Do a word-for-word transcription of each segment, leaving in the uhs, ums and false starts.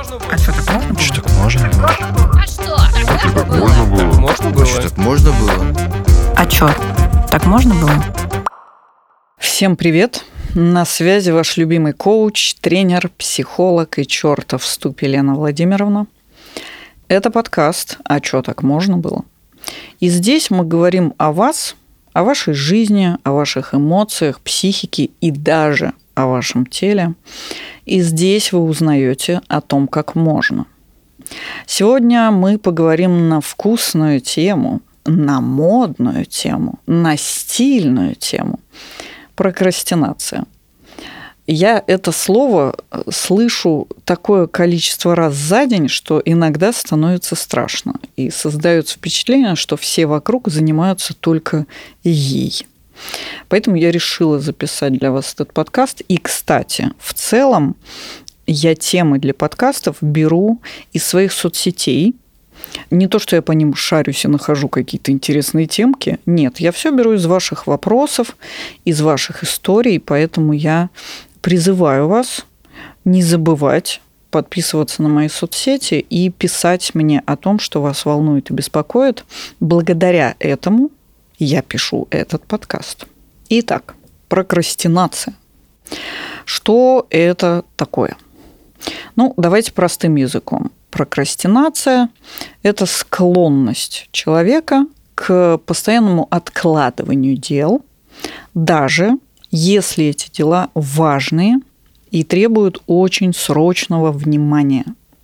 А что, так можно было? Что, так можно было? А что? Так можно было? Так можно было? Что, так можно было? А что, так можно было? Всем привет! На связи ваш любимый коуч, тренер, психолог и чертов ступ Елена Владимировна. Это подкаст «А чё, так можно было?». И здесь мы говорим о вас, о вашей жизни, о ваших эмоциях, психике и даже о вашем теле. И здесь вы узнаете о том, как можно. Сегодня мы поговорим на вкусную тему, на модную тему, на стильную тему – прокрастинация. Я это слово слышу такое количество раз за день, что иногда становится страшно. И создается впечатление, что все вокруг занимаются только ей. Поэтому я решила записать для вас этот подкаст. И, кстати, в целом я темы для подкастов беру из своих соцсетей. Не то, что я по ним шарюсь и нахожу какие-то интересные темки. Нет, я все беру из ваших вопросов, из ваших историй. Поэтому я призываю вас не забывать подписываться на мои соцсети и писать мне о том, что вас волнует и беспокоит. Благодаря этому я пишу этот подкаст. Итак, прокрастинация. Что это такое? Ну, давайте простым языком. Прокрастинация – это склонность человека к постоянному откладыванию дел, даже если эти дела важные и требуют очень срочного внимания.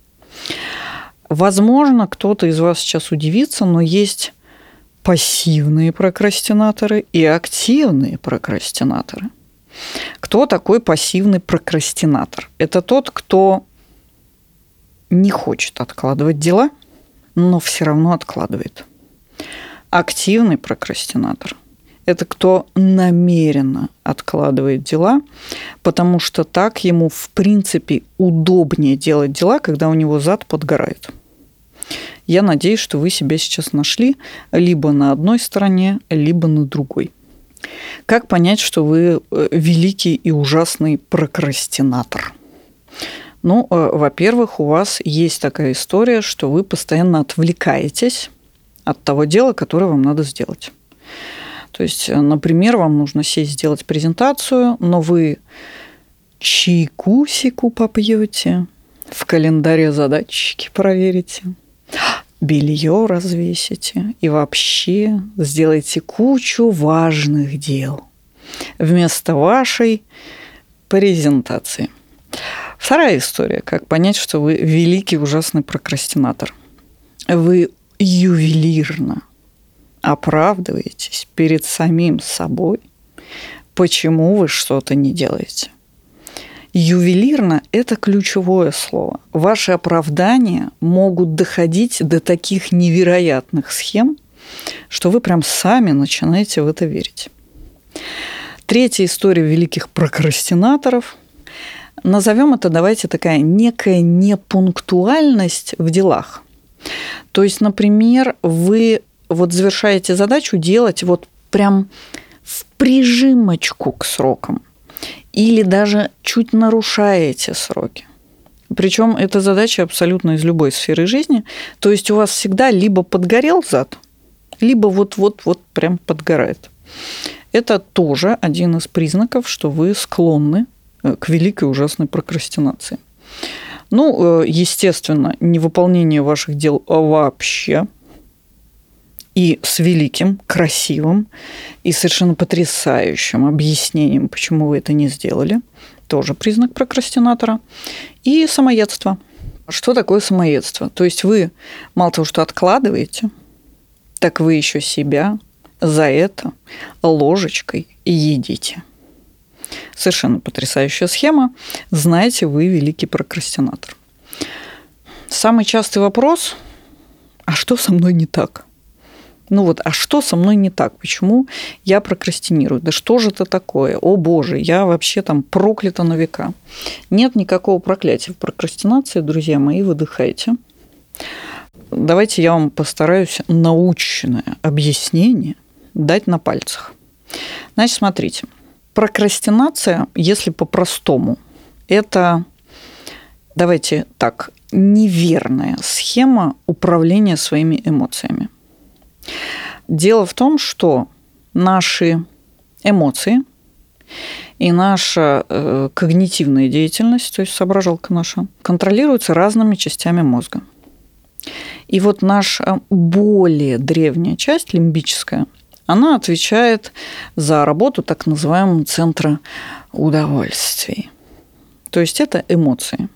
Возможно, кто-то из вас сейчас удивится, но есть пассивные прокрастинаторы и активные прокрастинаторы. Кто такой пассивный прокрастинатор? Это тот, кто не хочет откладывать дела, но все равно откладывает. Активный прокрастинатор – это кто намеренно откладывает дела, потому что так ему, в принципе, удобнее делать дела, когда у него зад подгорает. Я надеюсь, что вы себя сейчас нашли либо на одной стороне, либо на другой. Как понять, что вы великий и ужасный прокрастинатор? Ну, во-первых, у вас есть такая история, что вы постоянно отвлекаетесь от того дела, которое вам надо сделать. То есть, например, вам нужно сесть сделать презентацию, но вы чайку-сику попьете, в календаре задачки проверите, белье развесите и вообще сделайте кучу важных дел вместо вашей презентации. Вторая история. Как понять, что вы великий ужасный прокрастинатор? Вы ювелирно оправдываетесь перед самим собой, почему вы что-то не делаете. Ювелирно – это ключевое слово. Ваши оправдания могут доходить до таких невероятных схем, что вы прям сами начинаете в это верить. Третья история великих прокрастинаторов. Назовем это, давайте, такая некая непунктуальность в делах. То есть, например, вы вот завершаете задачу делать вот прям в прижимочку к срокам. Или даже чуть нарушаете сроки. Причем эта задача абсолютно из любой сферы жизни. То есть у вас всегда либо подгорел зад, либо вот-вот-вот прям подгорает. Это тоже один из признаков, что вы склонны к великой ужасной прокрастинации. Ну, естественно, невыполнение ваших дел вообще и с великим, красивым и совершенно потрясающим объяснением, почему вы это не сделали, тоже признак прокрастинатора. И самоедство. Что такое самоедство? То есть вы мало того, что откладываете, так вы еще себя за это ложечкой едите. Совершенно потрясающая схема. Знаете, вы великий прокрастинатор. Самый частый вопрос – а что со мной не так? Ну вот, а что со мной не так? Почему я прокрастинирую? Да что же это такое? О, Боже, я вообще там проклята на века. Нет никакого проклятия в прокрастинации, друзья мои, выдыхайте. Давайте я вам постараюсь научное объяснение дать на пальцах. Значит, смотрите. Прокрастинация, если по-простому, это, давайте так, неверная схема управления своими эмоциями. Дело в том, что наши эмоции и наша э, когнитивная деятельность, то есть соображалка наша, контролируются разными частями мозга. И вот наша более древняя часть, лимбическая, она отвечает за работу так называемого центра удовольствий. То есть это эмоции.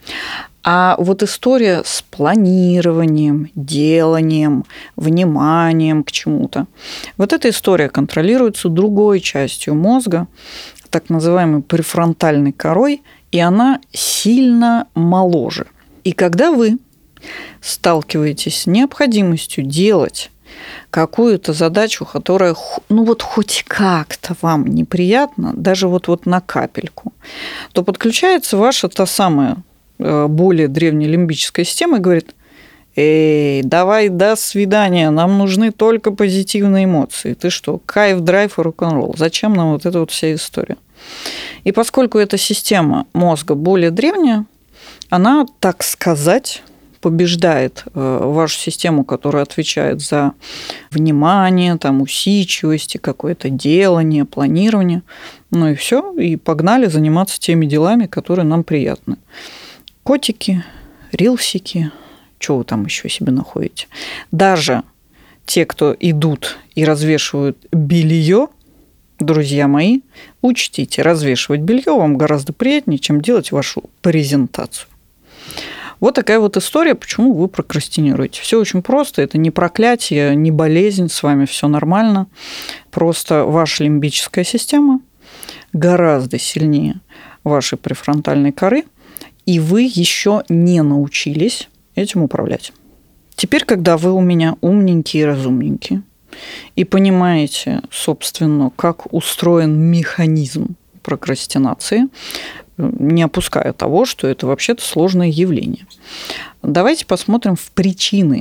А вот история с планированием, деланием, вниманием к чему-то, вот эта история контролируется другой частью мозга, так называемой префронтальной корой, и она сильно моложе. И когда вы сталкиваетесь с необходимостью делать какую-то задачу, которая, ну вот хоть как-то вам неприятна, даже вот, вот на капельку, то подключается ваша та самая более древняя лимбическая система и говорит: эй, давай, до свидания, нам нужны только позитивные эмоции. Ты что, кайф, драйв и рок-н-ролл? Зачем нам вот эта вот вся история? И поскольку эта система мозга более древняя, она, так сказать, побеждает вашу систему, которая отвечает за внимание, там, усидчивость, какое-то делание, планирование. Ну и все, и погнали заниматься теми делами, которые нам приятны. Котики, рилсики, что вы там еще себе находите. Даже те, кто идут и развешивают белье, друзья мои, учтите, развешивать белье вам гораздо приятнее, чем делать вашу презентацию. Вот такая вот история, почему вы прокрастинируете. Все очень просто, это не проклятие, не болезнь, с вами все нормально. Просто ваша лимбическая система гораздо сильнее вашей префронтальной коры, и вы еще не научились этим управлять. Теперь, когда вы у меня умненькие и разумненькие, и понимаете, собственно, как устроен механизм прокрастинации, не опуская того, что это вообще-то сложное явление. Давайте посмотрим в причины,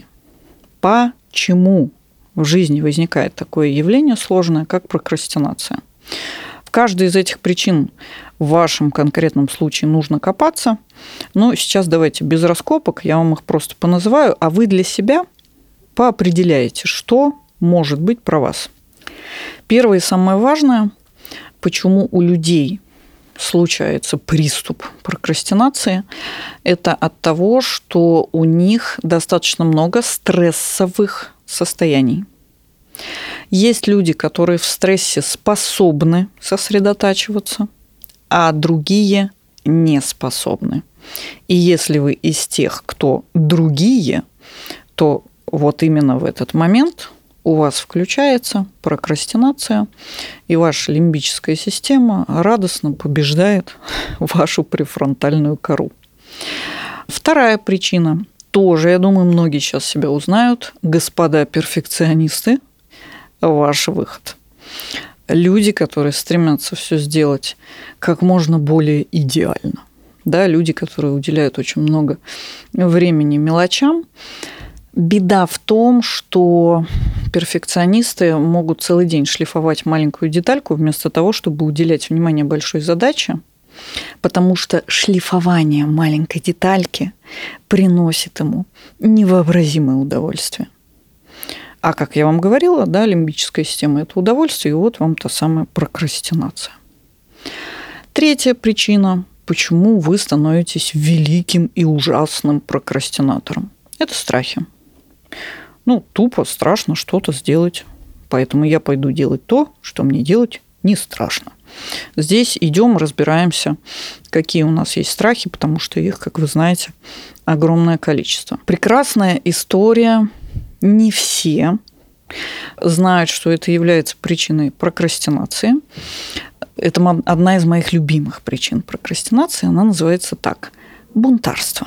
почему в жизни возникает такое явление сложное, как прокрастинация. В каждой из этих причин в вашем конкретном случае нужно копаться. Но сейчас давайте без раскопок, я вам их просто поназываю, а вы для себя поопределяете, что может быть про вас. Первое и самое важное, почему у людей случается приступ прокрастинации, это от того, что у них достаточно много стрессовых состояний. Есть люди, которые в стрессе способны сосредотачиваться, а другие не способны. И если вы из тех, кто другие, то вот именно в этот момент у вас включается прокрастинация, и ваша лимбическая система радостно побеждает вашу префронтальную кору. Вторая причина, тоже, я думаю, многие сейчас себя узнают, господа перфекционисты, ваш выход. Люди, которые стремятся все сделать как можно более идеально. Да, люди, которые уделяют очень много времени мелочам. Беда в том, что перфекционисты могут целый день шлифовать маленькую детальку вместо того, чтобы уделять внимание большой задаче, потому что шлифование маленькой детальки приносит ему невообразимое удовольствие. А как я вам говорила, да, лимбическая система – это удовольствие, и вот вам та самая прокрастинация. Третья причина, почему вы становитесь великим и ужасным прокрастинатором – это страхи. Ну, тупо, страшно что-то сделать, поэтому я пойду делать то, что мне делать не страшно. Здесь идем, разбираемся, какие у нас есть страхи, потому что их, как вы знаете, огромное количество. Прекрасная история. Не все знают, что это является причиной прокрастинации. Это одна из моих любимых причин прокрастинации. Она называется так – бунтарство.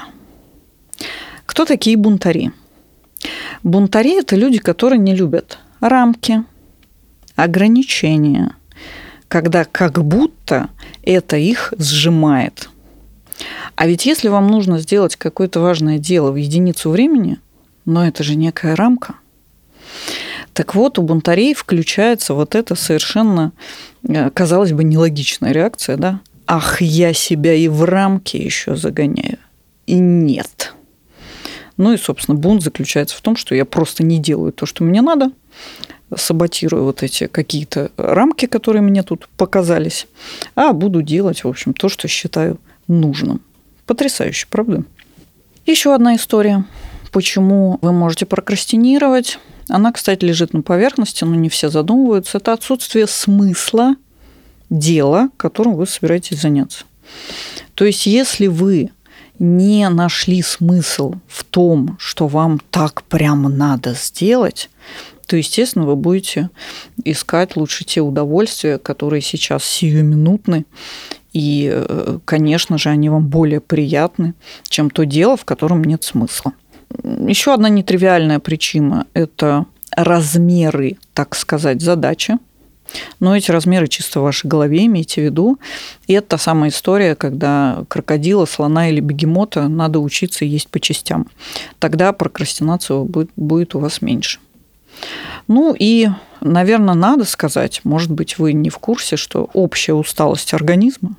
Кто такие бунтари? Бунтари – это люди, которые не любят рамки, ограничения, когда как будто это их сжимает. А ведь если вам нужно сделать какое-то важное дело в единицу времени, но это же некая рамка. Так вот, у бунтарей включается вот эта совершенно, казалось бы, нелогичная реакция, да? Ах, я себя и в рамки еще загоняю. И нет. Ну и, собственно, бунт заключается в том, что я просто не делаю то, что мне надо, саботирую вот эти какие-то рамки, которые мне тут показались, а буду делать, в общем, то, что считаю нужным. Потрясающе, правда? Еще одна история, почему вы можете прокрастинировать. Она, кстати, лежит на поверхности, но не все задумываются. Это отсутствие смысла дела, которым вы собираетесь заняться. То есть, если вы не нашли смысл в том, что вам так прямо надо сделать, то, естественно, вы будете искать лучше те удовольствия, которые сейчас сиюминутны, и, конечно же, они вам более приятны, чем то дело, в котором нет смысла. Еще одна нетривиальная причина – это размеры, так сказать, задачи. Но эти размеры чисто в вашей голове, имейте в виду. И это та самая история, когда крокодила, слона или бегемота надо учиться есть по частям. Тогда прокрастинация будет, будет у вас меньше. Ну и, наверное, надо сказать, может быть, вы не в курсе, что общая усталость организма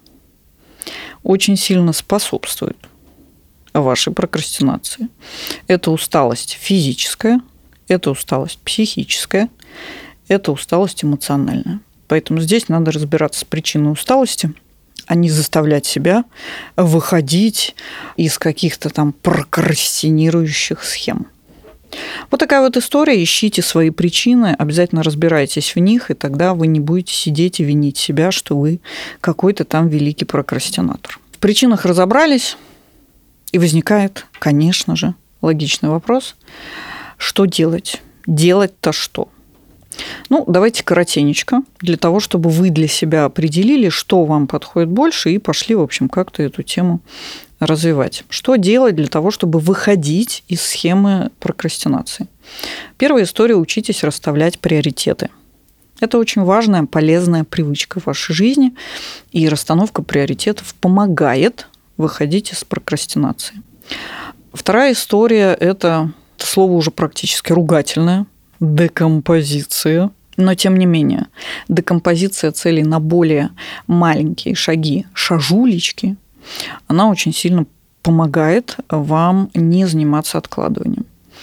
очень сильно способствует вашей прокрастинации. Это усталость физическая, это усталость психическая, это усталость эмоциональная. Поэтому здесь надо разбираться с причиной усталости, а не заставлять себя выходить из каких-то там прокрастинирующих схем. Вот такая вот история. Ищите свои причины, обязательно разбирайтесь в них, и тогда вы не будете сидеть и винить себя, что вы какой-то там великий прокрастинатор. В причинах разобрались, и возникает, конечно же, логичный вопрос, что делать? Делать-то что? Ну, давайте коротенечко, для того, чтобы вы для себя определили, что вам подходит больше, и пошли, в общем, как-то эту тему развивать. Что делать для того, чтобы выходить из схемы прокрастинации? Первая история – учитесь расставлять приоритеты. Это очень важная, полезная привычка в вашей жизни, и расстановка приоритетов помогает выходить из прокрастинации. Вторая история – это слово уже практически ругательное – декомпозиция. Но, тем не менее, декомпозиция целей на более маленькие шаги, шажулечки, она очень сильно помогает вам не заниматься откладыванием.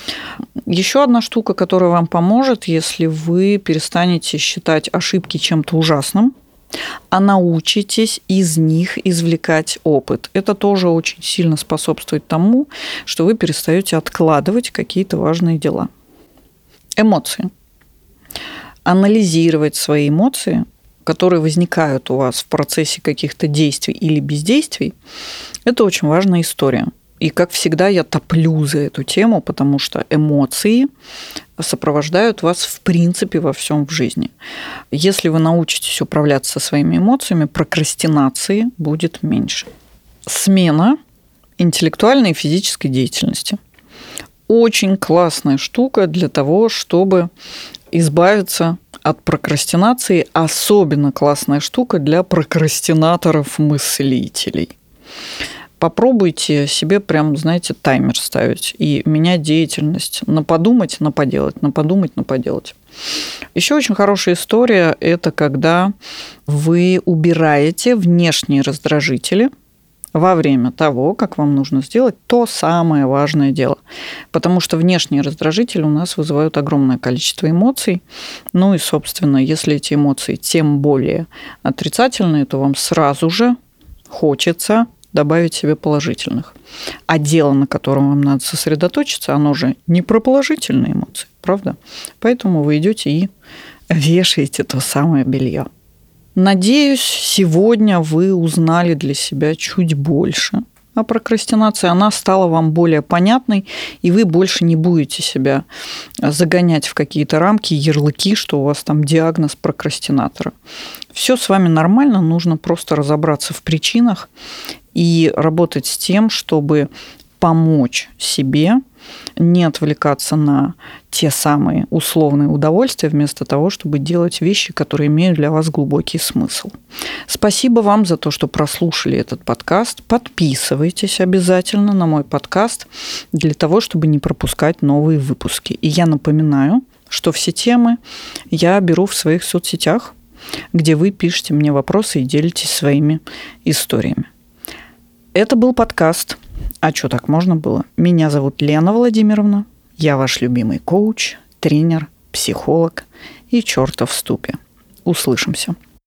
Еще одна штука, которая вам поможет, если вы перестанете считать ошибки чем-то ужасным, а научитесь из них извлекать опыт. Это тоже очень сильно способствует тому, что вы перестаете откладывать какие-то важные дела. Эмоции. Анализировать свои эмоции, которые возникают у вас в процессе каких-то действий или бездействий, это очень важная история. И, как всегда, я топлю за эту тему, потому что эмоции сопровождают вас, в принципе, во всем в жизни. Если вы научитесь управляться со своими эмоциями, прокрастинации будет меньше. Смена интеллектуальной и физической деятельности. Очень классная штука для того, чтобы избавиться от прокрастинации. Особенно классная штука для прокрастинаторов-мыслителей. Попробуйте себе прям, знаете, таймер ставить и менять деятельность на подумать, на поделать, на подумать, на поделать. Еще очень хорошая история – это когда вы убираете внешние раздражители во время того, как вам нужно сделать то самое важное дело. Потому что внешние раздражители у нас вызывают огромное количество эмоций. Ну и, собственно, если эти эмоции тем более отрицательные, то вам сразу же хочется добавить себе положительных. А дело, на котором вам надо сосредоточиться, оно же не про положительные эмоции, правда? Поэтому вы идете и вешаете то самое белье. Надеюсь, сегодня вы узнали для себя чуть больше о прокрастинации. Она стала вам более понятной, и вы больше не будете себя загонять в какие-то рамки, ярлыки, что у вас там диагноз прокрастинатора. Все с вами нормально, нужно просто разобраться в причинах и работать с тем, чтобы помочь себе не отвлекаться на те самые условные удовольствия, вместо того, чтобы делать вещи, которые имеют для вас глубокий смысл. Спасибо вам за то, что прослушали этот подкаст. Подписывайтесь обязательно на мой подкаст для того, чтобы не пропускать новые выпуски. И я напоминаю, что все темы я беру в своих соцсетях, где вы пишете мне вопросы и делитесь своими историями. Это был подкаст А что, так можно было? Меня зовут Лена Владимировна. Я ваш любимый коуч, тренер, психолог и чертов в ступе. Услышимся.